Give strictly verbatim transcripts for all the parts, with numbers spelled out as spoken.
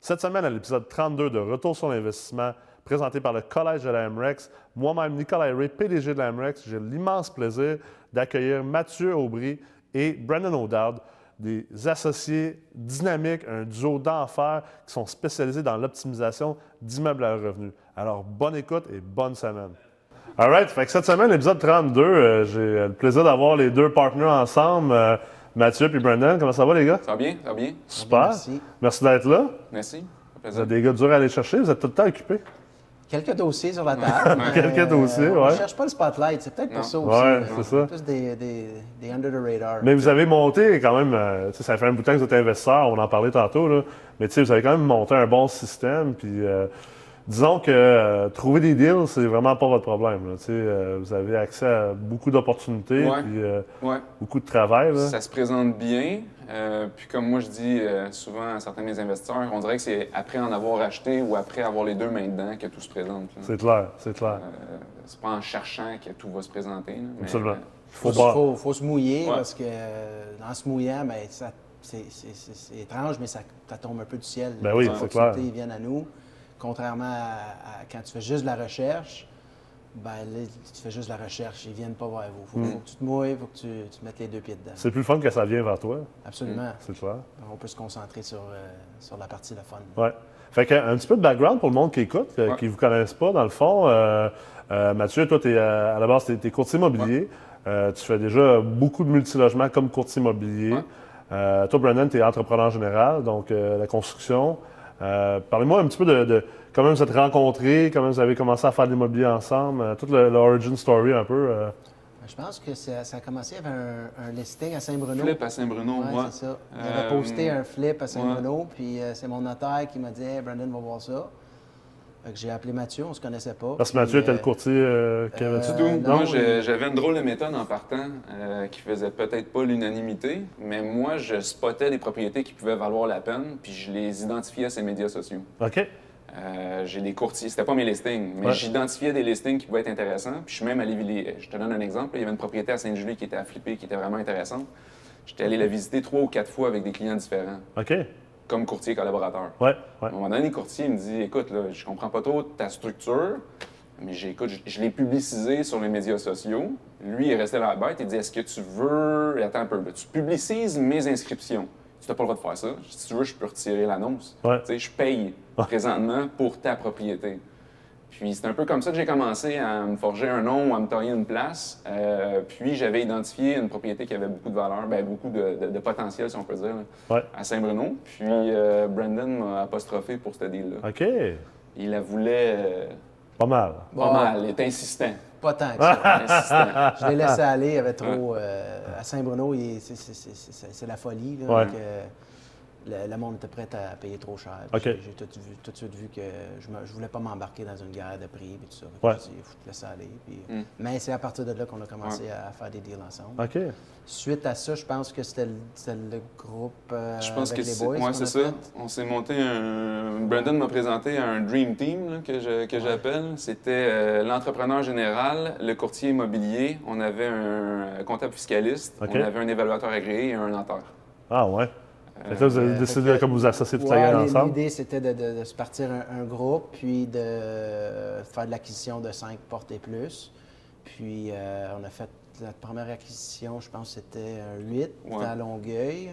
Cette semaine, à l'épisode trente-deux de Retour sur l'investissement, présenté par le Collège de la M R E X, moi-même, Nicolas Ray, P D G de la M R E X, j'ai l'immense plaisir d'accueillir Mathieu Aubry et Brandon O'Dowd, des associés dynamiques, un duo d'enfer qui sont spécialisés dans l'optimisation d'immeubles à revenus. Alors, bonne écoute et bonne semaine. All right, fait que cette semaine, l'épisode trente-deux, euh, j'ai le plaisir d'avoir les deux partenaires ensemble, euh, Mathieu et Brandon. Comment ça va, les gars? Ça va bien, ça va bien. Super. Merci. Merci d'être là. Merci. Vous êtes des gars durs à aller chercher, vous êtes tout le temps occupés. Quelques dossiers sur la table. mais, Quelques dossiers, euh, On ouais. ne cherche pas le spotlight, c'est peut-être Non. pour ça aussi. Ouais, euh, c'est ça. Plus des, des, des under the radar. Mais vous avez monté quand même, euh, tu sais, ça fait un bout de temps que vous êtes investisseur, on en parlait tantôt, là, mais tu sais, vous avez quand même monté un bon système, puis euh, disons que euh, trouver des deals, c'est vraiment pas votre problème. Là, tu sais, euh, vous avez accès à beaucoup d'opportunités, Ouais. puis euh, Ouais. beaucoup de travail. Là. Ça se présente bien. Euh, puis comme moi je dis euh, souvent à certains de mes investisseurs, on dirait que c'est après en avoir acheté ou après avoir les deux mains dedans que tout se présente. là. C'est clair, c'est clair. Euh, c'est pas en cherchant que tout va se présenter. là, mais, Absolument. euh, Faut Il pas- faut, faut se mouiller Ouais. parce que euh, en se mouillant, ben, ça- c'est c'est- c'est- c'est étrange, mais ça, ça tombe un peu du ciel. Ben oui, Les c'est opportunités, clair. Ils viennent à nous. Contrairement à, à quand tu fais juste de la recherche, ben, là, tu fais juste de la recherche, ils viennent pas vers vous. Il faut, faut que tu te mouilles, il faut que tu, tu mettes les deux pieds dedans. C'est plus le fun que ça vient vers toi, Absolument. c'est clair. On peut se concentrer sur, euh, sur la partie de fun. Ouais. Fait que, un petit peu de background pour le monde qui écoute, euh, Ouais. qui ne vous connaissent pas, dans le fond. Euh, euh, Mathieu, toi, t'es, euh, à la base, tu es courtier immobilier. Euh, tu fais déjà beaucoup de multilogements comme courtier immobilier. Ouais. Euh, toi, Brandon, tu es entrepreneur général, donc euh, la construction. Euh, Parlez-moi un petit peu de, de comment vous êtes rencontrés, comment vous avez commencé à faire de l'immobilier ensemble, euh, toute le- l'origin story un peu. euh. Je pense que ça, ça a commencé, il y avait un, un listing à Saint-Bruno. Flip à Saint-Bruno, Ouais, ouais. c'est ça. J'avais Euh, posté un flip à Saint-Bruno, puis euh, c'est mon notaire qui m'a dit hey, Brandon va voir ça. Fait que j'ai appelé Mathieu, on se connaissait pas. Parce que puis, Mathieu était euh, le courtier euh, qui avait euh, tout. Tout. non, Moi, j'ai- il- j'avais une drôle de méthode en partant euh, qui faisait peut-être pas l'unanimité, mais moi, je spottais des propriétés qui pouvaient valoir la peine, puis je les identifiais à ces médias sociaux. OK. Euh, j'ai des courtiers, c'était pas mes listings, mais Ouais. j'identifiais des listings qui pouvaient être intéressants. Puis je suis même allé, les- je te donne un exemple, il y avait une propriété à Sainte-Julie qui était à flipper, qui était vraiment intéressante. J'étais allé la visiter trois ou quatre fois avec des clients différents, OK. comme courtier collaborateur. Ouais, À ouais. un moment donné, le courtier il me dit écoute, là, je comprends pas trop ta structure, mais j'ai, écoute, je, je l'ai publicisé sur les médias sociaux. Lui, il est resté là la bête. Il dit est-ce que tu veux. Attends un peu, là, tu publicises mes inscriptions. Tu n'as pas le droit de faire ça. Si tu veux, je peux retirer l'annonce. Ouais. Tu sais, je paye présentement pour ta propriété. Puis c'est un peu comme ça que j'ai commencé à me forger un nom, à me tailler une place. Euh, puis j'avais identifié une propriété qui avait beaucoup de valeur, ben, beaucoup de, de- de potentiel, si on peut dire, là, Ouais. à Saint-Bruno. Puis euh, Brandon m'a apostrophé pour ce deal-là. OK. Il la voulait euh, Pas mal. pas Bon. mal, il était insistant. Pas tant que ça. insistant. Je l'ai laissé aller, il y avait trop. euh, à Saint-Bruno, il- c'est- c'est- c'est c'est- c'est la folie. Là, Ouais. donc, euh, le, le monde était prêt à payer trop cher. OK. J'ai j'ai tout, vu- tout de suite vu que je ne voulais pas m'embarquer dans une guerre de prix et tout ça. Ouais. J'ai dit, il faut te laisser aller. Puis, Mm. Mais c'est à partir de là qu'on a commencé à faire des deals ensemble. OK. Suite à ça, je pense que c'était le, c'était le groupe euh, Je pense avec que les c'est boys. ouais, qu'on c'est a ça. fait. On s'est monté un. Brandon m'a présenté un Dream Team là, que je- que j'appelle. C'était euh, l'entrepreneur général, le courtier immobilier. On avait un comptable fiscaliste, OK. on avait un évaluateur agréé et un notaire. Ah, ouais. Fait que là, vous avez Euh, décidé fait de que- comme vous associer toute Ouais, la gang l- ensemble. L'idée, c'était de, de- de se partir un, un groupe, puis de faire de l'acquisition de cinq portes et plus. Puis euh, on a fait la première acquisition, je pense que c'était un huit Ouais. à Longueuil.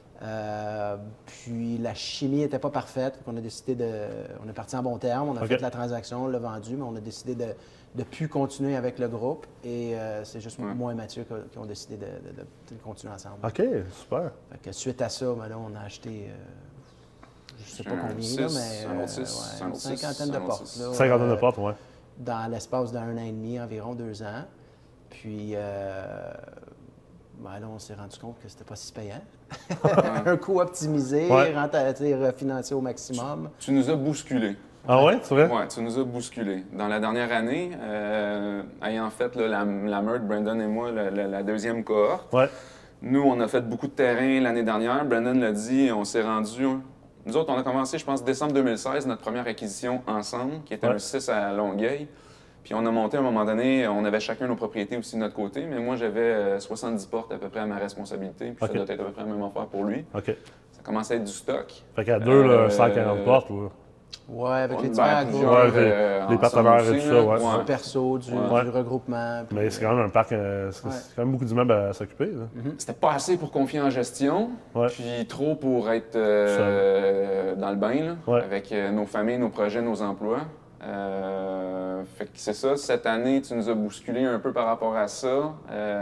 Euh, puis la chimie n'était pas parfaite. On a décidé de. On est parti en bon terme, on a OK. fait la transaction, on l'a vendu, mais on a décidé de ne plus continuer avec le groupe. Et euh, c'est juste Ouais. moi et Mathieu qui, qui ont décidé de, de- de- de continuer ensemble. OK, super. Fait que suite à ça, ben là, on a acheté, euh, je sais pas Un combien, six, là, mais un euh, autre six, ouais, un une autre six, cinquantaine de un autre portes. six. là, cinquantaine de euh, portes, ouais. Dans l'espace d'un an et demi, environ deux ans. Puis, euh, ben là, on s'est rendu compte que c'était pas si payant. Un coût optimisé, Ouais. rentabilité financier au maximum. Tu nous as bousculés. Ah ouais, c'est vrai? Oui, tu nous as bousculés. Dans la dernière année, euh, ayant fait là, la, la meurtre, Brandon et moi, la, la- la deuxième cohorte, Ouais. nous, on a fait beaucoup de terrain l'année dernière. Brandon l'a dit, on s'est rendu. Nous autres, on a commencé, je pense, décembre deux mille seize, notre première acquisition ensemble, qui était Ouais. un six à Longueuil. Puis on a monté à un moment donné, on avait chacun nos propriétés aussi de notre côté, mais moi, j'avais euh, soixante-dix portes à peu près à ma responsabilité, puis OK. ça doit être à peu près la même affaire pour lui. OK. ça commence à être du stock. Fait qu'à deux, là, Euh, cent quarante portes, là. Ouais, avec On- les ben, différents plusieurs, groupes, Ouais, les- euh, les ensemble partenaires et aussi, tout ça, là. ouais. du Ouais. perso, du, Ouais. du regroupement. puis, Mais c'est quand même un parc, euh, c'est Ouais. c'est quand même beaucoup d'immeubles à s'occuper. là. C'était pas assez pour confier en gestion, Ouais. puis trop pour être euh, dans le bain, là, Ouais. avec euh, nos familles, nos projets, nos emplois. Euh, fait que c'est ça, cette année, tu nous as bousculé un peu par rapport à ça,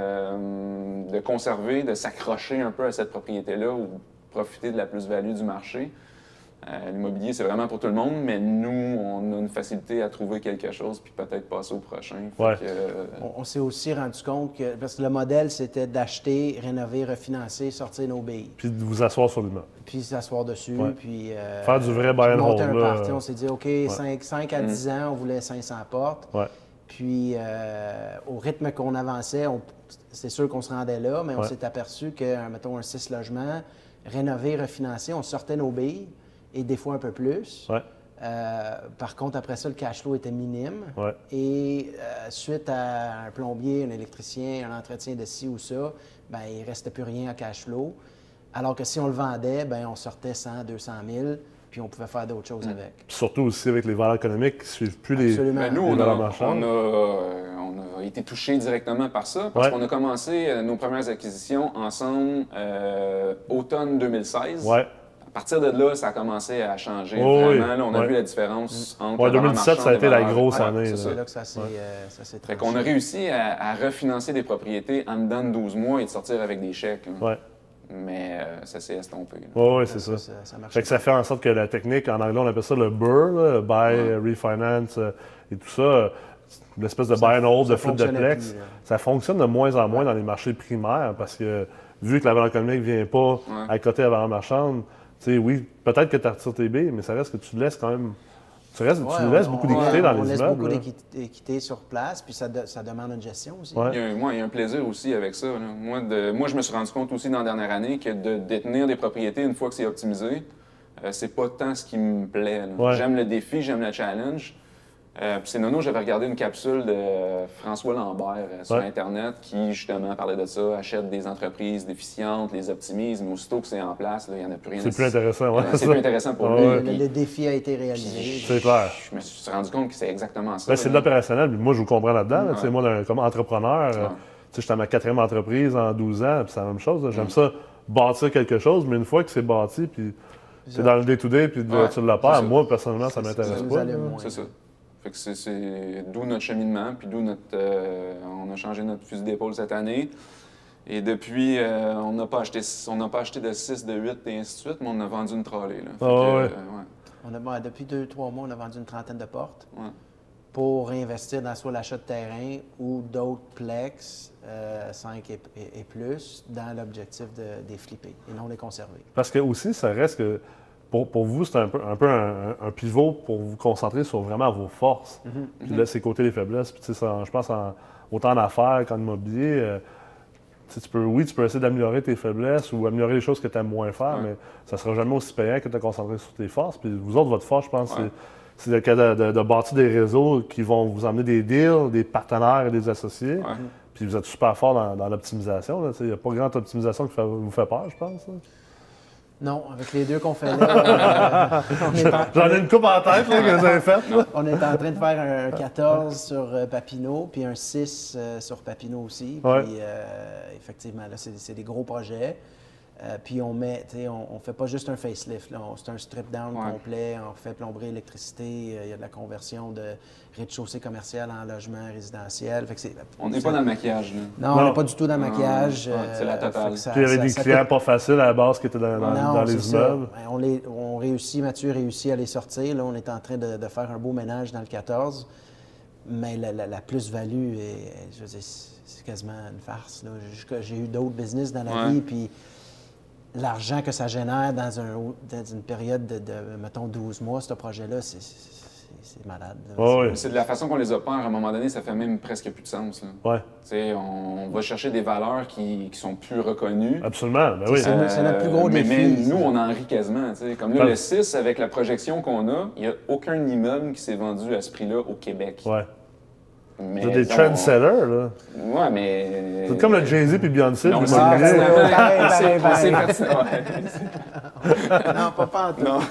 euh, de conserver, de s'accrocher un peu à cette propriété-là ou profiter de la plus-value du marché. Euh, L'immobilier, c'est vraiment pour tout le monde, mais nous, on a une facilité à trouver quelque chose puis peut-être passer au prochain. Fait Ouais. que, euh, On, on s'est aussi rendu compte que, parce que le modèle, c'était d'acheter, rénover, refinancer, sortir nos billes, Puis de vous asseoir sur l'immeuble. puis s'asseoir dessus, Ouais. puis... euh, Faire du vrai buy puis and monter hold, un là. party. On s'est dit, OK, cinq à dix ans, on voulait cinq cents portes. Ouais. Puis, euh, au rythme qu'on avançait, on- c'est sûr qu'on se rendait là, mais on Ouais. s'est aperçu que, mettons, un six logements, rénover, refinancer, on sortait nos billes, et des fois un peu plus. Ouais. Euh, par contre, après ça, le cash flow était minime. Ouais. Et euh, suite à un plombier, un électricien, un entretien de ci ou ça, ben, il ne restait plus rien à cash flow. Alors que si on le vendait, ben, on sortait cent, deux cent mille, puis on pouvait faire d'autres choses avec. Puis surtout aussi avec les valeurs économiques qui ne suivent plus les, Absolument. Ben, nous, les on valeurs a, marchandes. on, a, euh, on a été touchés directement par ça parce Ouais. qu'on a commencé euh, nos premières acquisitions ensemble euh, automne deux mille seize. Ouais. À partir de là, ça a commencé à changer Oh, vraiment. oui. Là, on a Ouais. vu la différence entre Ouais, la valeur deux mille dix-sept, ça a marchande été et la valeur- grosse Ouais, année, c'est là. ça. C'est là que ça s'est euh, ça s'est Fait tranché. qu'on a réussi à, à refinancer des propriétés en dedans de douze mois et de sortir avec des chèques. là. Ouais. Mais euh, ça s'est estompé. là. Ouais, ouais, c'est ça. Ça, ça marche Fait que ça fait en sorte que la technique, en anglais, on appelle ça le B R, là, le buy, refinance euh, et tout ça, euh, l'espèce de Ça- buy and hold, ça de flip de fonctionnait plex, plus, là. ça fonctionne de moins en moins dans les marchés primaires parce que vu que la valeur économique ne vient pas à côté de la valeur marchande, tu sais, oui, peut-être que tu retires tes billes, mais ça reste que tu laisses quand même. Tu, restes, Ouais, tu on- laisses on- beaucoup on- d'équité dans on les laisse immeubles. beaucoup là. d'équité d'équité sur place, puis ça, de- ça demande une gestion aussi. Ouais. Il y, a un, moi, il y a un plaisir aussi avec ça. là. Moi, de- moi, je me suis rendu compte aussi dans la dernière année que de détenir des propriétés une fois que c'est optimisé, euh, c'est pas tant ce qui me plaît. là. Ouais. J'aime le défi, j'aime le challenge. Euh, puis c'est Nono, j'avais regardé une capsule de François Lambert euh, sur Ouais. Internet qui, justement, parlait de ça, achète des entreprises déficientes, les optimise, mais aussitôt que c'est en place, là, il n'y en a plus rien C'est à plus intéressant, ouais. Euh, C'est plus intéressant pour Ah lui. ouais. Le, Puis- le défi a été réalisé. C'est clair. Je me suis rendu compte que c'est exactement ça. Ben, c'est de là. l'opérationnel, puis moi je vous comprends là-dedans. là. Ouais. Tu sais, moi, d'un- comme entrepreneur, euh, Ouais. tu sais, j'étais à ma quatrième entreprise en douze ans, puis c'est la même chose. là. J'aime Mm. ça bâtir quelque chose, mais une fois que c'est bâti, puis c'est dans le day-to-day, puis de- Ouais, tu le c'est perds, ça. moi personnellement, ça C'est- m'intéresse ça nous pas. allume là. moins. C'est ça. Fait que c'est- c'est d'où notre cheminement, puis d'où notre. euh, on a changé notre fusil d'épaule cette année. Et depuis, euh, on n'a pas acheté on n'a pas acheté de six, de huit et ainsi de suite, mais on a vendu une trolley. Là. Fait Ah que, ouais. euh, ouais. On a, bon, depuis deux, trois mois, on a vendu une trentaine de portes Ouais. pour réinvestir dans soit l'achat de terrain ou d'autres plex, euh, cinq et, et- et plus, dans l'objectif de, de les flipper et non les conserver. Parce que aussi, ça reste que pour, pour vous, c'est un peu, un, peu un, un pivot pour vous concentrer sur vraiment vos forces. Puis là, c'est côté les faiblesses. Puis tu sais, ça, je pense en, autant en affaires qu'en immobilier. euh, tu sais, tu peux, oui, tu peux essayer d'améliorer tes faiblesses ou améliorer les choses que tu aimes moins faire, Ouais. mais ça sera jamais aussi payant que de te concentrer sur tes forces. Puis vous autres, votre force, je pense, Ouais. c'est, c'est de, de, de bâtir des réseaux qui vont vous emmener des deals, des partenaires et des associés. Ouais. Puis vous êtes super fort dans, dans l'optimisation. là. Tu sais, il n'y a pas grande optimisation qui fait- vous fait peur, je pense. là. Non, avec les deux qu'on fait là, euh, on, est en, J'en ai une coupe en tête là, que vous avez faite. là. on est en train de faire un quatorze sur euh, Papineau, puis un six euh, sur Papineau aussi. Ouais. Puis euh, effectivement, là, c'est c'est des gros projets. Euh, puis on met, tu sais, on, on fait pas juste un facelift, là, on- c'est un strip down Ouais. complet, on fait plomberie, électricité, euh, il y a de la conversion de rez-de-chaussée commercial en logement résidentiel. Fait que c'est- On n'est pas dans le maquillage. Là. Non, on Non. n'est pas du tout dans le Ah, maquillage. ouais, c'est la euh, totale. fait que ça- Puis il y avait ça- des ça clients coûte- pas faciles à la base qui étaient dans, dans- non, dans c'est les ça. immeubles. Ben, On, les, on réussit, Mathieu réussit à les sortir. Là, on est en train de, de faire un beau ménage dans le quatorze. Mais la, la- la plus-value, est, je veux dire, c'est c'est quasiment une farce. là. J'ai- J'ai eu d'autres business dans la Ouais. vie, puis l'argent que ça génère dans, un, dans une période de, de, mettons, douze mois, ce projet-là, c'est- c'est c'est malade. là. Ouais, ouais. C'est de la façon qu'on les opère, à un moment donné, ça fait même presque plus de sens. Là. Ouais, Tu sais, on va chercher des valeurs qui, qui sont plus reconnues. absolument. Ben oui. C'est notre- c'est notre plus gros mais, défi, mais ça. nous, on en rit quasiment. tu sais. Comme là, Ouais. le six, avec la projection qu'on a, il n'y a aucun immeuble qui s'est vendu à ce prix-là au Québec. Ouais. Mais Vous êtes des bon, trendsetters, là. Ouais, mais. C'est comme le Jay-Z puis Beyoncé. Non, du c'est mobilier. pertinent. Pareil, C'est- pareil, c'est pareil. pertinent, ouais. Non, pas pas en tout. Non.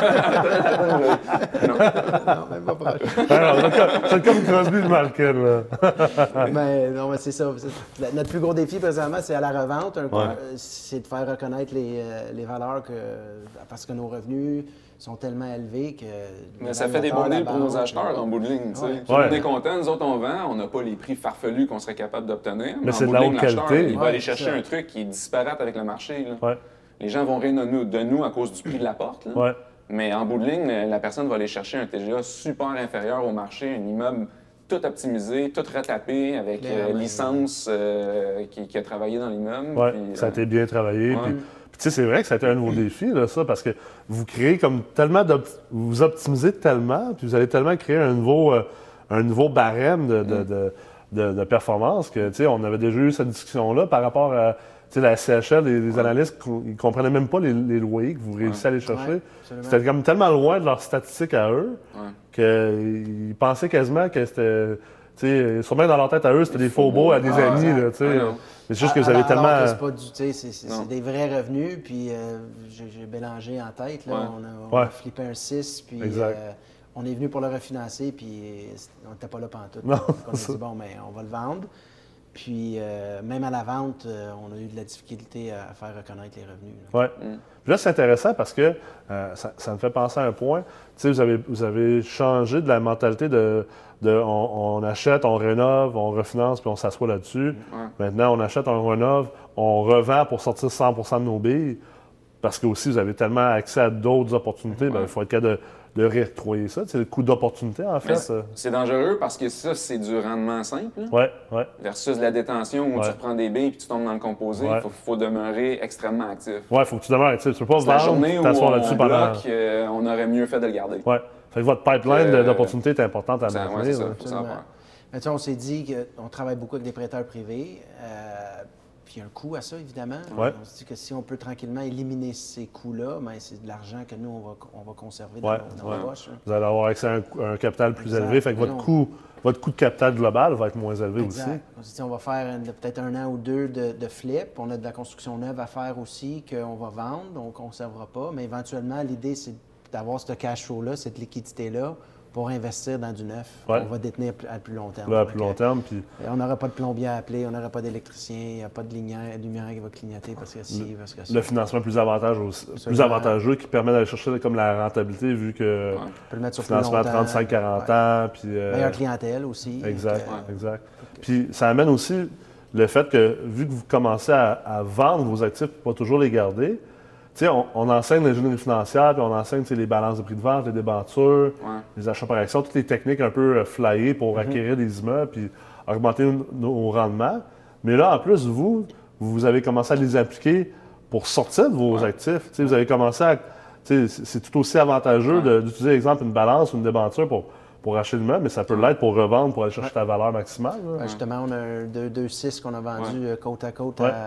Non, même pas proche. Ah non, c'est comme- c'est comme Crosby et Malkin, là. Mais non, mais c'est ça. C'est- Notre plus gros défi présentement, c'est à la revente. Un coup, Ouais. euh, c'est de faire reconnaître les, euh, les valeurs que, parce que nos revenus sont tellement élevés que. Mais les ça fait des valeurs, bons la deals pour nos banque, acheteurs en bout de ligne. tu sais. Ouais. Tout le monde Ouais. est content, nous autres on vend, on n'a pas les prix farfelus qu'on serait capable d'obtenir. Mais en c'est de bout la ligne, haute l'acheteur, qualité. Il va Ouais, aller c'est chercher ça. un truc qui est disparate avec le marché. là. Ouais, Les gens vont rire de nous, de nous à cause du prix de la porte. là. ouais. Mais en bout de ligne, la personne va aller chercher un T G A super inférieur au marché, un immeuble tout optimisé, tout retapé, avec euh, Clairement. licence euh, qui, qui a travaillé dans l'immeuble. Ouais, puis, ça a euh, été bien travaillé. ouais. Puis, puis tu sais, c'est vrai que ça a été un de vos défis, là, ça, parce que vous créez comme tellement d'op- vous optimisez tellement, puis vous allez tellement créer un nouveau, euh, un nouveau barème de, de, de, de- de performance que, tu sais, on avait déjà eu cette discussion-là par rapport à, tu sais, la C H L, les, les analystes, ils comprenaient même pas les, les loyers que vous réussissez à aller chercher. Ouais, absolument. C'était comme tellement loin de leurs statistiques à eux Ouais. qu'ils pensaient quasiment que c'était, tu sais, sûrement dans leur tête à eux, c'était des faux beaux à des Ah, amis, exact. là, tu sais. Ah, non. C'est juste que vous avez Alors- alors tellement... que c'est pas du, tu sais, c'est- c'est Non. c'est des vrais revenus, puis euh, j'ai j'ai mélangé en tête, là, Ouais. on, a, on a Ouais. flippé un six, puis Exact. euh, on est venu pour le refinancer, puis euh, on n'était pas là pantoute. Non, Donc on a c'est ça. dit, bon, mais on va le vendre. Puis euh, même à la vente, euh, on a eu de la difficulté à faire reconnaître les revenus. là. Ouais. Mm. Puis là, c'est intéressant parce que euh, ça, ça me fait penser à un point. Tu sais, vous avez, vous avez changé de la mentalité de, de on, on achète, on rénove, on refinance, puis on s'assoit là-dessus. Ouais. Maintenant, on achète, on rénove, on revend pour sortir cent pour cent de nos billes. Parce que aussi, vous avez tellement accès à d'autres opportunités, bien, il faut être capable de, de réoctroyer ça. C'est le coût d'opportunité, en fait. Mais ça. c'est dangereux parce que ça, c'est du rendement simple. là. Ouais, ouais. Versus la détention où Ouais. tu reprends des billes et tu tombes dans le composé, il Ouais. faut, faut demeurer extrêmement actif. Ouais, il faut que tu demeures actif. Tu peux pas C'est la vendre, journée où t'asseoir on là-dessus pendant. bloque, euh, on aurait mieux fait de le garder. Ouais. Fait que votre pipeline Euh, d'opportunités est importante à Ça- ouais, maintenir. c'est ça, là. faut s'en faire. Mais tu sais, on s'est dit qu'on travaille beaucoup avec des prêteurs privés. euh, Puis il y a un coût à ça, évidemment. Ouais. On se dit que si on peut tranquillement éliminer ces coûts-là, ben, c'est de l'argent que nous, on va, on va conserver dans, Ouais, nos- dans ouais. nos poches. hein. Vous allez avoir accès à un, un capital plus Exact. élevé. Fait que votre Non. coût, votre coût de capital global va être moins élevé Exact. aussi. On s'est dit, on va faire un- peut-être un an ou deux de, de flip. On a de la construction neuve à faire aussi qu'on va vendre, donc on ne conservera pas. Mais éventuellement, l'idée, c'est d'avoir ce cash flow-là, cette liquidité-là, pour investir dans du neuf. Ouais. On va détenir à plus long terme. Là, à Fait plus que, long terme. Puis On n'aura pas de plombier à appeler, on n'aura pas d'électricien, il n'y a pas de lumière, lumière qui va clignoter parce que si, parce que ça. le financement plus avantageux, aussi, plus Absolument. avantageux qui permet d'aller chercher comme la rentabilité vu que Ouais. On peut le mettre sur plus financement à longtemps. trente-cinq à quarante Ouais. ans. Puis, euh, Meilleure clientèle aussi. exact, Donc, euh, exact. Puis ça amène aussi le fait que vu que vous commencez à, à vendre vos actifs pour pas toujours les garder, tu sais, on, on enseigne l'ingénierie financière, puis on enseigne tu sais, les balances de prix de vente, les débentures, Ouais. les achats par action, toutes les techniques un peu euh, flyées pour Mhm. acquérir des immeubles puis augmenter nos, nos rendements. Mais là, en plus, vous, vous avez commencé à les appliquer pour sortir de vos actifs. Tu sais, vous avez commencé à... tu sais, C'est c'est tout aussi avantageux Ouais. de- d'utiliser, exemple, une balance ou une débenture pour, pour acheter l'immeuble, mais ça peut l'être pour revendre, pour aller chercher ta valeur maximale. là. ben, justement, on a un deux deux six qu'on a vendu euh, côte à côte Ouais.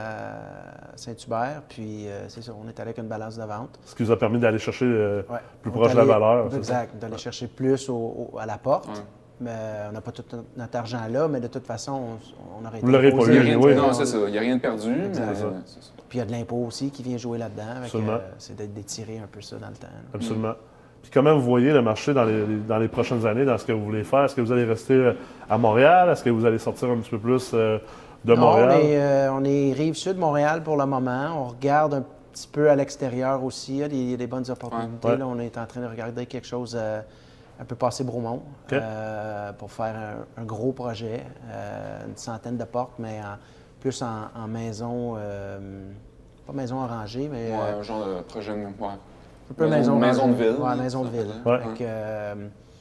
à Saint-Hubert. Puis, euh, c'est ça, on est allé avec une balance de vente. Ce qui vous a permis d'aller chercher euh, Ouais. plus On proche est de la allé- valeur. c'est ça? Exact, d'aller chercher plus au- au- à la porte. Ouais. Mais euh, on n'a pas tout notre argent là, mais de toute façon, on, on aurait Vous été l'aurez pas imposé. Il y a eu, rien- oui. Non, c'est ça. Il n'y a rien de perdu. mais, Exact. euh, c'est ça. Puis il y a de l'impôt aussi qui vient jouer là-dedans. Fait que, Absolument. euh, c'est d'être- d'étirer un peu ça dans le temps. là. Absolument. Puis comment vous voyez le marché dans les, dans les prochaines années, dans ce que vous voulez faire? Est-ce que vous allez rester euh, à Montréal? Est-ce que vous allez sortir un petit peu plus euh, de Non, Montréal? On est, euh, on est rive sud de Montréal pour le moment. On regarde un petit peu à l'extérieur aussi. Il y a des, il y a des bonnes opportunités. Ouais. Là, on est en train de regarder quelque chose euh, un peu passé Bromont OK. euh, pour faire un, un gros projet, euh, une centaine de portes, mais en- plus en, en maison, euh, pas maison orangée, mais Ouais, euh, un genre de projet de. Ouais. un peu maison- maison de orangée. ville. Ouais, maison de Ça ville. fait- Ouais. Fait que, euh,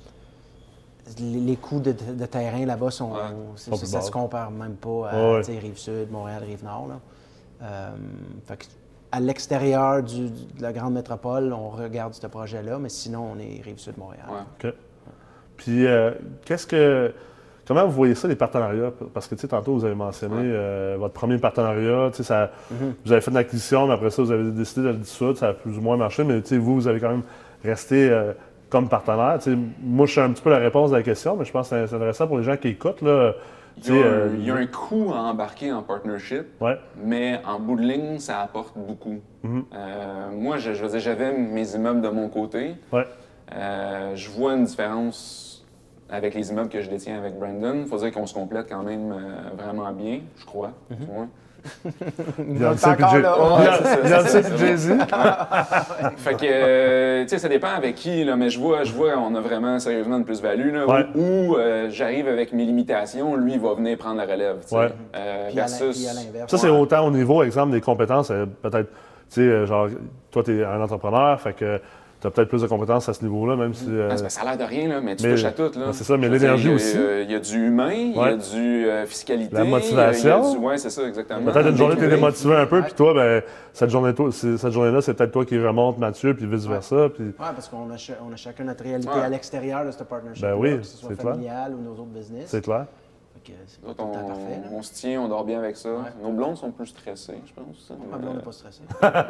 les, les coûts de, de terrain là-bas sont. Ouais. c'est- Pas plus ça bas. se compare même pas à Ouais, ouais. tu sais, Rive-Sud, Montréal, Rive-Nord. là. Euh, fait que à l'extérieur du- de la grande métropole, on regarde ce projet-là, mais sinon, on est Rive-Sud, Montréal. Ouais. OK. Puis, euh, qu'est-ce que. Comment vous voyez ça, les partenariats? Parce que, tu sais, tantôt, vous avez mentionné Ouais. euh, votre premier partenariat. Tu sais, ça, Mhm. vous avez fait une acquisition, mais après ça, vous avez décidé de le dissoudre. Ça a plus ou moins marché, mais, tu sais, vous, vous avez quand même resté euh, comme partenaire? T'sais, moi, je sais un petit peu la réponse à la question, mais je pense que c'est intéressant pour les gens qui écoutent. Là. Il y, a un, euh, il y a un coût à embarquer en partnership, ouais. mais en bout de ligne, ça apporte beaucoup. Mm-hmm. euh, moi, je, je j'avais mes immeubles de mon côté. Ouais. Euh, je vois une différence avec les immeubles que je détiens avec Brandon. Il faut dire qu'on se complète quand même euh, vraiment bien, je crois. Mm-hmm. Du moins. Beyoncé et Jay-Z. Fait que, euh, tu sais, ça dépend avec qui, là, mais je vois, je vois, on a vraiment sérieusement une plus-value, là, ouais. où, où euh, j'arrive avec mes limitations, lui, il va venir prendre la relève, tu sais. Ouais. Euh, puis versus... à l'inverse. Ça, c'est ouais. autant au niveau, exemple, des compétences, euh, peut-être, tu sais, genre, toi, tu es un entrepreneur, fait que tu as peut-être plus de compétences à ce niveau-là, même si... Euh... Ah, ça a l'air de rien, là, mais tu mais, touches à tout. Là. C'est ça, mais l'énergie dire, aussi. Il y, y a du humain, il ouais. y a du euh, fiscalité. La motivation. Oui, c'est ça, exactement. Peut-être une journée, tu es démotivé un peu, ouais. puis toi, ben, cette journée-là, cette journée c'est peut-être toi qui remonte Mathieu, puis vice-versa. Oui, puis... ouais, parce qu'on a, ch on a chacun notre réalité ouais. à l'extérieur de ce partnership, ben oui, que ce soit familial ou nos autres business. C'est clair. C'est pas tout le temps parfait. On se tient, on dort bien avec ça. Ouais. Nos blondes sont plus stressées, je pense. Ma blonde n'est pas stressée.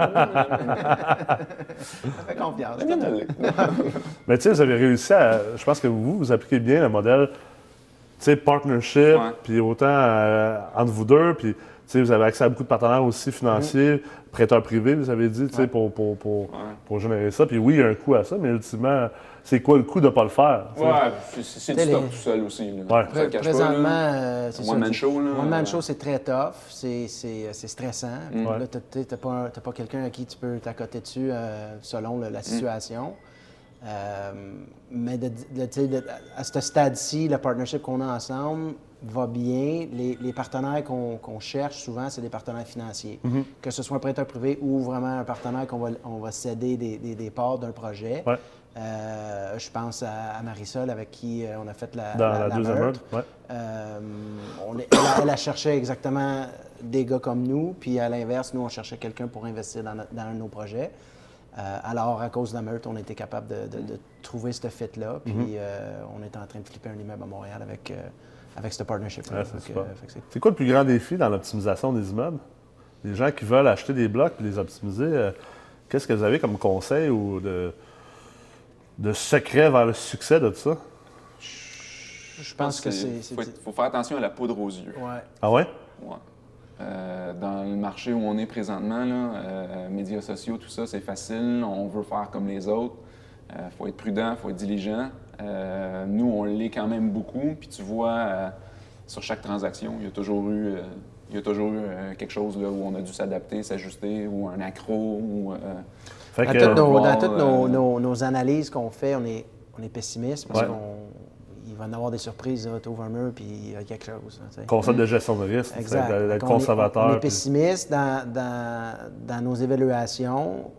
Ça fait confiance. Mais tu sais, vous avez réussi à... Je pense que vous, vous appliquez bien le modèle, tu sais, partnership, ouais. puis autant euh, entre vous deux, puis tu sais, vous avez accès à beaucoup de partenaires aussi financiers, mmh. prêteurs privés, vous avez dit, tu sais, ouais. pour, pour, pour, ouais. pour générer ça. Puis oui, il y a un coût à ça, mais ultimement... C'est quoi le coût de ne pas le faire? Oui, c'est du stock tout seul aussi. Là. Ouais. Pré présentement, euh, c'est One Man Show. Là, One Man Show, c'est très tough, c'est stressant. Mm. Ouais. Là, tu n'as pas, pas quelqu'un à qui tu peux t'accoter dessus euh, selon le, la situation. Mm. Euh, mais de, de, de, à ce stade-ci, le partnership qu'on a ensemble va bien. Les, les partenaires qu'on qu'on cherche souvent, c'est des partenaires financiers. Mm-hmm. Que ce soit un prêteur privé ou vraiment un partenaire qu'on va, on va céder des, des, des parts d'un projet. Ouais. Euh, je pense à, à Marisol avec qui euh, on a fait la, Dans la, la, la deuxième meurtre. Ouais. Euh, on est, elle, a, elle a cherché exactement des gars comme nous, puis à l'inverse, nous, on cherchait quelqu'un pour investir dans, notre, dans un de nos projets. Euh, alors, à cause de la meurtre, on a été capable de, de, de trouver ce fit-là, puis mm-hmm. euh, on est en train de flipper un immeuble à Montréal avec, euh, avec ce partnership-là. Ouais, c'est euh, c'est quoi le plus grand défi dans l'optimisation des immeubles? Les gens qui veulent acheter des blocs et les optimiser, euh, qu'est-ce que vous avez comme conseil ou de... de secret vers le succès de tout ça? Je pense que c'est... Il faut, faut faire attention à la poudre aux yeux. Ouais. Ah ouais? Ouais. Euh, dans le marché où on est présentement, là, euh, médias sociaux, tout ça, c'est facile. On veut faire comme les autres. Il euh, faut être prudent, il faut être diligent. Euh, nous, on l'est quand même beaucoup. Puis tu vois, euh, sur chaque transaction, il y a toujours eu, euh, il y a toujours eu euh, quelque chose là, où on a dû s'adapter, s'ajuster, ou un accro, ou... Euh, Fait dans, que, toutes nos, dans toutes nos, nos, nos analyses qu'on fait, on est, on est pessimiste parce ouais. qu'il va y en avoir des surprises. Tu ouvres un mur puis il y a quelque chose. Là, concept de gestion de risque, d'être conservateur. On est, on est puis... pessimiste dans, dans, dans nos évaluations,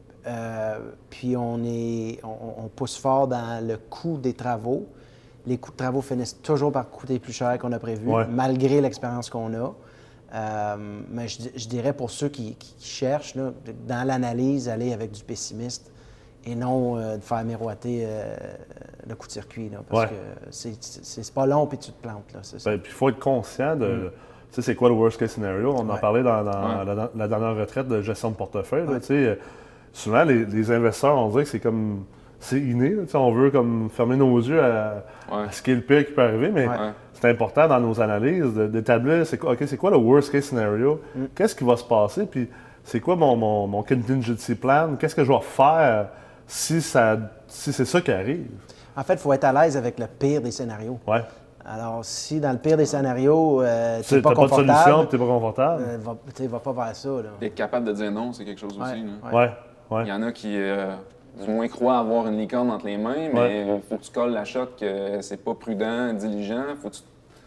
euh, puis on, est, on, on pousse fort dans le coût des travaux. Les coûts de travaux finissent toujours par coûter plus cher qu'on a prévu, ouais. malgré l'expérience qu'on a. Euh, mais je, je dirais pour ceux qui, qui, qui cherchent, là, dans l'analyse, aller avec du pessimiste et non euh, de faire miroiter euh, le coup de circuit. Là, parce ouais. que c'est pas long puis tu te plantes. Ben, puis il faut être conscient de. Mm. Tu sais, c'est quoi le worst case scenario? On ouais. en parlait dans, dans ouais. la, la dernière retraite de gestion de portefeuille. Ouais. Là, tu sais, souvent, les, les investisseurs, on dirait que c'est comme. C'est inné. Là, on veut comme fermer nos yeux à, ouais. à ce qui est le pire qui peut arriver, mais. Ouais. C'est important dans nos analyses d'établir c'est quoi, okay, c'est quoi le worst case scenario, mm. qu'est-ce qui va se passer, puis c'est quoi mon, mon, mon contingency plan, qu'est-ce que je vais faire si, ça, si c'est ça qui arrive. En fait, il faut être à l'aise avec le pire des scénarios. Ouais. Alors, si dans le pire des scénarios, euh, tu n'es pas confortable, pas de solution, tu n'es pas confortable, euh, va, tu vas pas vers ça. Là. Être capable de dire non, c'est quelque chose ouais. aussi. Là. Ouais. Ouais. Il y en a qui, euh, du moins, croient avoir une licorne entre les mains, mais il ouais. faut que tu colles la shot que c'est pas prudent, diligent, faut que tu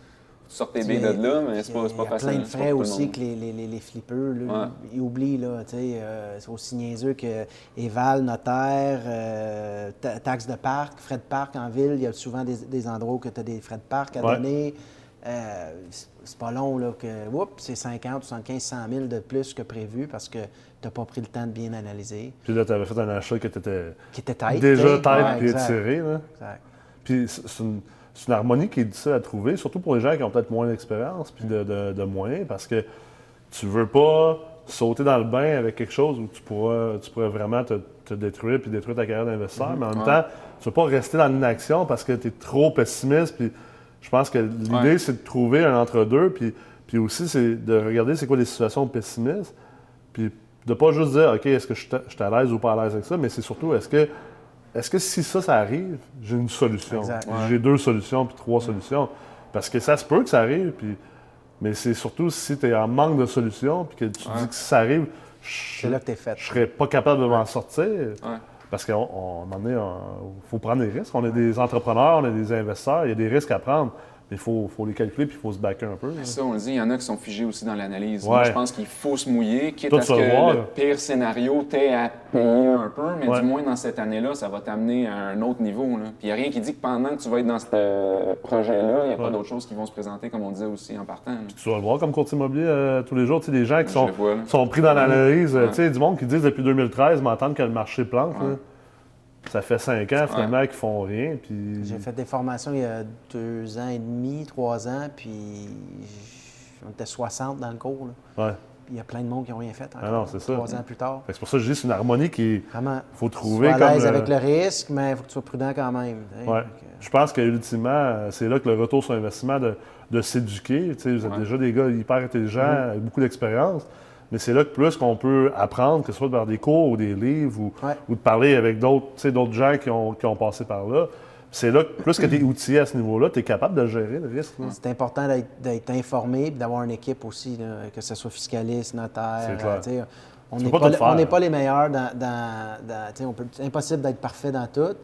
Tu sors tes billes de là, mais c'est pas, pas facile. Il y a plein de frais aussi que les, les, les, les flippers, là, ouais. ils oublient, là, tu sais, euh, c'est aussi niaiseux que éval, notaire, euh, taxes de parc, frais de parc en ville. Il y a souvent des, des endroits où tu as des frais de parc à ouais. donner. Euh, c'est pas long, là, que, oups, c'est cinquante, soixante-quinze, cent mille de plus que prévu parce que tu n'as pas pris le temps de bien analyser. Puis là, tu avais fait un achat qui était, qui était tight, déjà tête ouais, puis étiré. Là. Exact. Puis c'est une... C'est une harmonie qui est difficile à trouver, surtout pour les gens qui ont peut-être moins d'expérience puis de, de, de moyens, parce que tu veux pas sauter dans le bain avec quelque chose où tu pourras, tu pourrais vraiment te, te détruire puis détruire ta carrière d'investisseur, mm-hmm. mais en même ouais. temps, tu veux pas rester dans l'inaction parce que tu es trop pessimiste. Puis je pense que l'idée, Ouais. c'est de trouver un entre-deux. Puis, puis aussi, c'est de regarder c'est quoi les situations pessimistes. Puis de pas juste dire, OK, est-ce que je suis je suis à l'aise ou pas à l'aise avec ça, mais c'est surtout, est-ce que, est-ce que si ça, ça arrive, j'ai une solution. Exact. Puis J'ai deux solutions, puis trois solutions. Parce que ça se peut que ça arrive, puis... mais c'est surtout si tu es en manque de solution, puis que tu Ouais. dis que si ça arrive, je C'est là que tu es fait. je serais pas capable de m'en sortir. Ouais. Parce qu'à un moment donné, il faut prendre des risques. On est des entrepreneurs, on est des investisseurs, il y a des risques à prendre. Mais il faut, faut les calculer puis il faut se backer un peu. là. Ça, on le dit, il y en a qui sont figés aussi dans l'analyse. Ouais. Moi, je pense qu'il faut se mouiller, quitte Toi, à ce tu que vas le voir, le là. pire scénario t'ait à payer un peu, mais Ouais. du moins dans cette année-là, ça va t'amener à un autre niveau. Là. Puis il n'y a rien qui dit que pendant que tu vas être dans ce euh, projet-là, il n'y a Ouais. pas d'autres choses qui vont se présenter, comme on disait aussi en partant. là. Tu vas le voir comme courtier immobilier euh, tous les jours. Tu sais, des gens qui Je sont, le vois, là. sont pris dans l'analyse. euh, Ouais. Tu sais, du monde qui disent depuis deux mille treize, m'entendre que le marché plante. Ouais. là. Ça fait cinq ans, finalement, qu'ils font rien. Puis... J'ai fait des formations il y a deux ans et demi, trois ans, puis on était soixante dans le cours. Là. Ouais. Puis il y a plein de monde qui n'ont rien fait encore, Ah non, c'est ça. trois ans plus tard. Fait que c'est pour ça que je dis que c'est une harmonie qui Vraiment, faut tu trouver sois à comme. l'aise euh, avec le risque, mais il faut que tu sois prudent quand même. tu sais. Ouais. Fait que, Je pense qu'ultimement, euh, c'est là que le retour sur investissement de, de s'éduquer. Tu sais, vous êtes Ouais. déjà des gars hyper intelligents, Mm-hmm. avec beaucoup d'expérience. Mais c'est là que plus qu'on peut apprendre, que ce soit par des cours ou des livres ou, Ouais. ou de parler avec d'autres, tu sais, d'autres gens qui ont, qui ont passé par là. C'est là que plus que tu es outillé à ce niveau-là, tu es capable de gérer le risque. là. C'est important d'être, d'être informé et d'avoir une équipe aussi, là, que ce soit fiscaliste, notaire. C'est clair. euh, tu sais, on Tu n'est peux pas, pas tout faire. on n'est pas les meilleurs dans. dans- dans- tu sais, on peut, c'est impossible d'être parfait dans tout,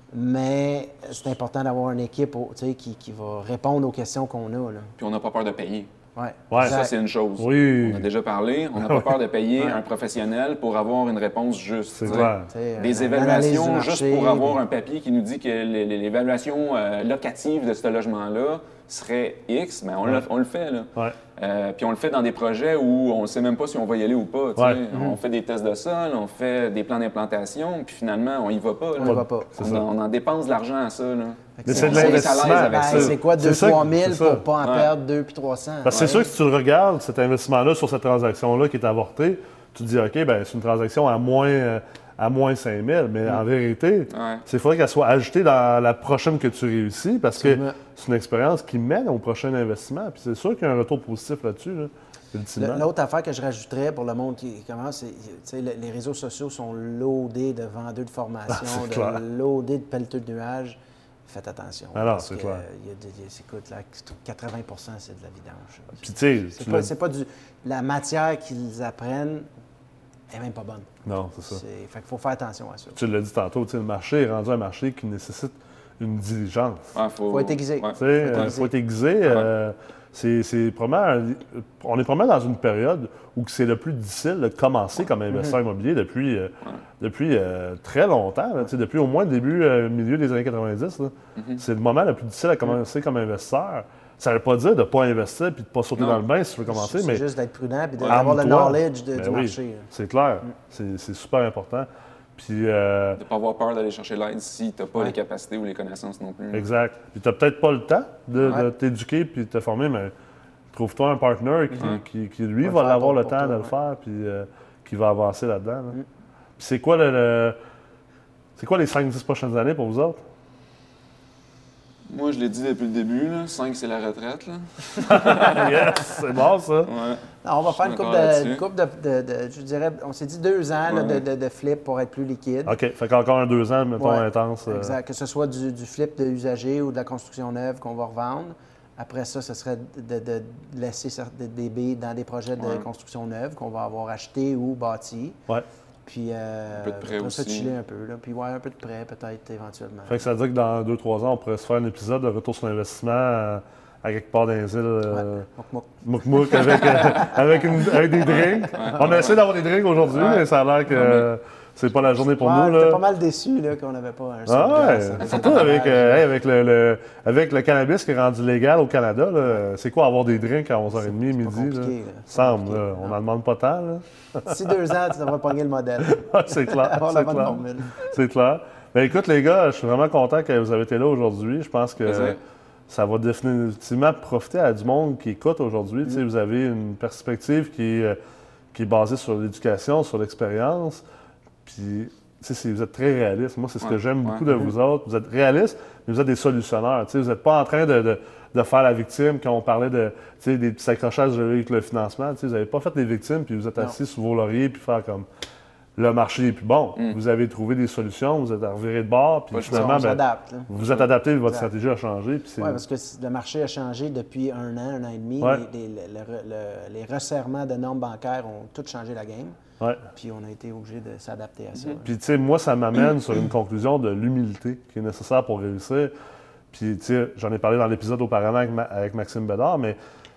mais c'est important d'avoir une équipe tu sais, qui, qui va répondre aux questions qu'on a. Là. Puis on n'a pas peur de payer. Ouais. Ouais. Ça, c'est une chose. Oui. On a déjà parlé. On n'a pas peur de payer un professionnel pour avoir une réponse juste. C'est tu sais. clair. Tu sais, Des euh, l'analyse évaluations du juste marché, pour avoir des- un papier qui nous dit que l'é- l'é- l'évaluation euh, locative de ce logement-là serait X, mais on, le, on le fait. Là. Ouais. Euh, puis on le fait dans des projets où on ne sait même pas si on va y aller ou pas. tu sais. Ouais. On fait des tests de sol, on fait des plans d'implantation, puis finalement, on y va pas. là. On y va pas. C'est On, ça. en, on en dépense de l'argent à ça. Là. Mais c'est de On est à l'aise l'investissement. avec Ben, ça. c'est quoi C'est deux ça trois que- mille c'est ça. pour pas en Ouais. perdre deux puis trois cents? Parce que c'est sûr que si tu le regardes, cet investissement-là sur cette transaction-là qui est avortée, tu te dis, OK, ben c'est une transaction à moins, euh, à moins cinq mille, mais en vérité, Ouais. c'est faudrait qu'elle soit ajoutée dans la prochaine que tu réussis parce que Absolument. c'est une expérience qui mène au prochain investissement. Puis c'est sûr qu'il y a un retour positif là-dessus, là, ultimement. Le- L'autre affaire que je rajouterais pour le monde qui commence, c'est tu sais, le- les réseaux sociaux sont loadés de vendeurs de formation, Ah, c'est clair. de loadés de pelleteux de nuages. Faites attention. Ah non, parce c'est que, clair. euh, il y a des- des- écoute, là, quatre-vingts pour cent c'est de la vidange. Puis tu sais, C'est tu pas, l'as- c'est pas du. La matière qu'ils apprennent est même pas bonne. Non, c'est ça. C'est- Fait qu'il faut faire attention à ça. Tu l'as dit tantôt, tu sais, le marché est rendu un marché qui nécessite une diligence. Ouais, faut... Faut être aiguisé. Ouais. Tu sais, euh, aiguisé. faut être aiguisé. euh, c'est, c'est probablement- on est probablement dans une période où c'est le plus difficile de commencer comme investisseur immobilier depuis, euh, depuis euh, très longtemps. là, tu sais, depuis au moins le début, euh, milieu des années quatre-vingt-dix. là. C'est le moment le plus difficile à commencer comme investisseur. Ça ne veut pas dire de ne pas investir et de ne pas sauter Non. dans le bain si tu veux commencer, C'est mais juste d'être prudent et d'avoir le arme-toi. knowledge de- Ben du oui, marché. là. c'est clair. C'est, c'est super important. Puis, euh, De ne pas avoir peur d'aller chercher l'aide si tu n'as pas Ouais. les capacités ou les connaissances non plus. exact. Puis tu n'as peut-être pas le temps de, de Ouais. t'éduquer puis de te former, mais trouve-toi un partner qui, Mhm. qui, qui, lui, Va va faire avoir pour- le pour temps toi, de le ouais. faire puis euh, qui va avancer là-dedans. là. Mm. Puis c'est quoi le, le- c'est quoi les cinq dix prochaines années pour vous autres? Moi, je l'ai dit depuis le début, là, cinq, c'est la retraite. Là. Yes, c'est bon ça. Ouais. Non, on va faire une Encore coupe, de, là-dessus. une coupe de, de- de- je dirais, on s'est dit deux ans là, de, Ouais. de, de flip pour être plus liquide. OK, fait qu'encore un deux ans, mettons, Ouais. intense. euh, Exact. Que ce soit du, du flip de usager ou de la construction neuve qu'on va revendre. Après ça, ce serait de, de laisser cer- des- des billes dans des projets de Ouais. construction neuve qu'on va avoir achetés ou bâtis. Ouais. Puis euh, Un peu de prêt après ça, aussi. chiller un peu. Là. Puis ouais, un peu de prêt peut-être éventuellement. Fait que ça veut dire que dans deux trois ans, on pourrait se faire un épisode de retour sur l'investissement euh, à quelque part dans les îles. euh, Donc, moi, Mouk Mouk avec, euh, avec, une- avec des drinks. On a essayé d'avoir des drinks aujourd'hui, Ouais. mais ça a l'air que euh, c'est pas la journée pour ouais, nous. j'étais Là. pas mal déçu là, qu'on n'avait pas un Ah seul ouais, glace, hein. surtout avec, euh, hey, avec, le, le- avec le cannabis qui est rendu légal au Canada. là, C'est quoi avoir des drinks à onze heures trente, C'est pas midi? compliqué, Là? là. C'est Semble, compliqué, là, on non. n'en demande pas tant. Là. D'ici deux ans, tu devrais pogner le modèle. c'est clair, Avoir la c'est bonne clair. formule. C'est clair. Ben, écoute, les gars, je suis vraiment content que vous avez été là aujourd'hui. Je pense que Plaisir. ça va définitivement profiter à du monde qui écoute aujourd'hui. Tu sais, vous avez une perspective qui est, euh, qui est basée sur l'éducation, sur l'expérience. Puis tu sais, vous êtes très réaliste. Moi, c'est ce Ouais, que j'aime ouais. beaucoup de vous autres. Vous êtes réalistes, mais vous êtes des solutionneurs. Tu sais, vous n'êtes pas en train de, de, de faire la victime quand on parlait de, tu sais, des petits accrochages avec le financement. Tu sais, vous n'avez pas fait des victimes, puis vous êtes Non. assis sur vos lauriers, puis faire comme le marché est plus bon. Mm. Vous avez trouvé des solutions, vous êtes reviré de bord, puis Ouais, finalement, On ben, s'adapte. là. vous vous êtes adapté, votre Exact. stratégie a changé. Puis c'est... Oui, parce que le marché a changé depuis un an, un an et demi. Ouais. Les, les- le- le- les resserrements de normes bancaires ont tout changé la game. Ouais. Puis on a été obligé de s'adapter à ça. là. Puis, tu sais, moi, ça m'amène sur une conclusion de l'humilité qui est nécessaire pour réussir. Puis, tu sais, j'en ai parlé dans l'épisode auparavant avec, Ma- avec Maxime Bédard, mais,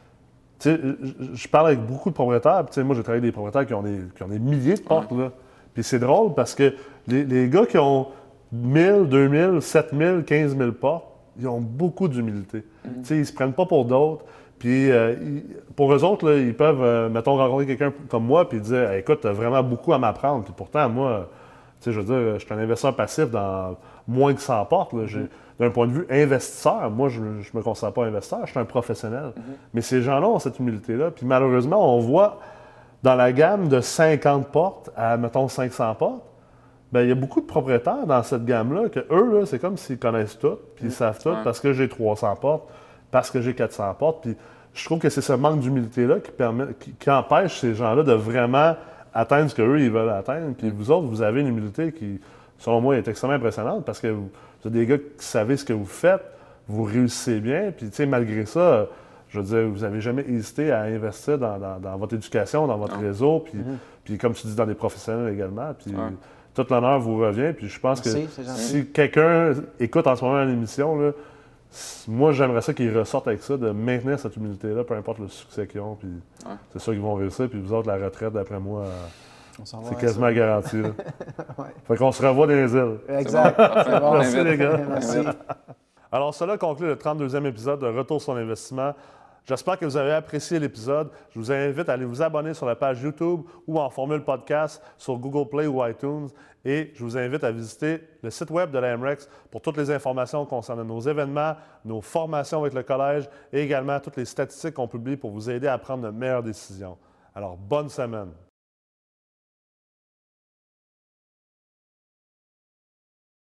tu sais, je- je parle avec beaucoup de propriétaires. Puis, tu sais, moi, j'ai travaillé avec des propriétaires qui ont des, qui ont des milliers de portes, là. Puis, c'est drôle parce que les, les gars qui ont mille, deux mille, sept mille, quinze mille portes, ils ont beaucoup d'humilité. Tu sais, ils se prennent pas pour d'autres. Puis, euh, ils- pour eux autres, là, ils peuvent, euh, mettons, rencontrer quelqu'un comme moi puis dire hey, écoute, tu as vraiment beaucoup à m'apprendre. Puis pourtant, moi, tu sais, je veux dire, je suis un investisseur passif dans moins que cent portes. Là. J'ai- D'un point de vue investisseur, moi, je ne me considère pas investisseur, je suis un professionnel. Mais ces gens-là ont cette humilité-là. Puis malheureusement, on voit dans la gamme de cinquante portes à, mettons, cinq cents portes, bien, il y a beaucoup de propriétaires dans cette gamme-là que eux, là, c'est comme s'ils connaissent tout, puis ils savent tout Ouais. parce que j'ai trois cents portes, parce que j'ai quatre cents portes. Puis je trouve que c'est ce manque d'humilité-là qui, permet, qui, qui empêche ces gens-là de vraiment atteindre ce qu'eux, ils veulent atteindre. Puis vous autres, vous avez une humilité qui, selon moi, est extrêmement impressionnante parce que vous, vous êtes des gars qui savez ce que vous faites, vous réussissez bien, puis tu sais, malgré ça, je veux dire, vous n'avez jamais hésité à investir dans, dans- dans votre éducation, dans votre Non. réseau, puis, puis comme tu dis, dans des professionnels également. Puis Ouais. tout l'honneur vous revient, puis je pense Merci, que c'est gentil. si quelqu'un écoute en ce moment l'émission, là, s- moi, j'aimerais ça qu'ils ressortent avec ça, de maintenir cette humilité-là, peu importe le succès qu'ils ont, puis Ouais. c'est sûr qu'ils vont réussir, puis vous autres, la retraite, d'après moi, euh, On s'en va c'est à quasiment garanti. là. Ouais. Fait qu'on se revoit dans les îles. ça. Exact. C'est bon. Merci, les gars. Merci. Alors, cela conclut le trente-deuxième épisode de Retour sur l'investissement. J'espère que vous avez apprécié l'épisode. Je vous invite à aller vous abonner sur la page YouTube ou en formule podcast sur Google Play ou iTunes. Et je vous invite à visiter le site web de la M R E X pour toutes les informations concernant nos événements, nos formations avec le collège et également toutes les statistiques qu'on publie pour vous aider à prendre de meilleures décisions. Alors, bonne semaine.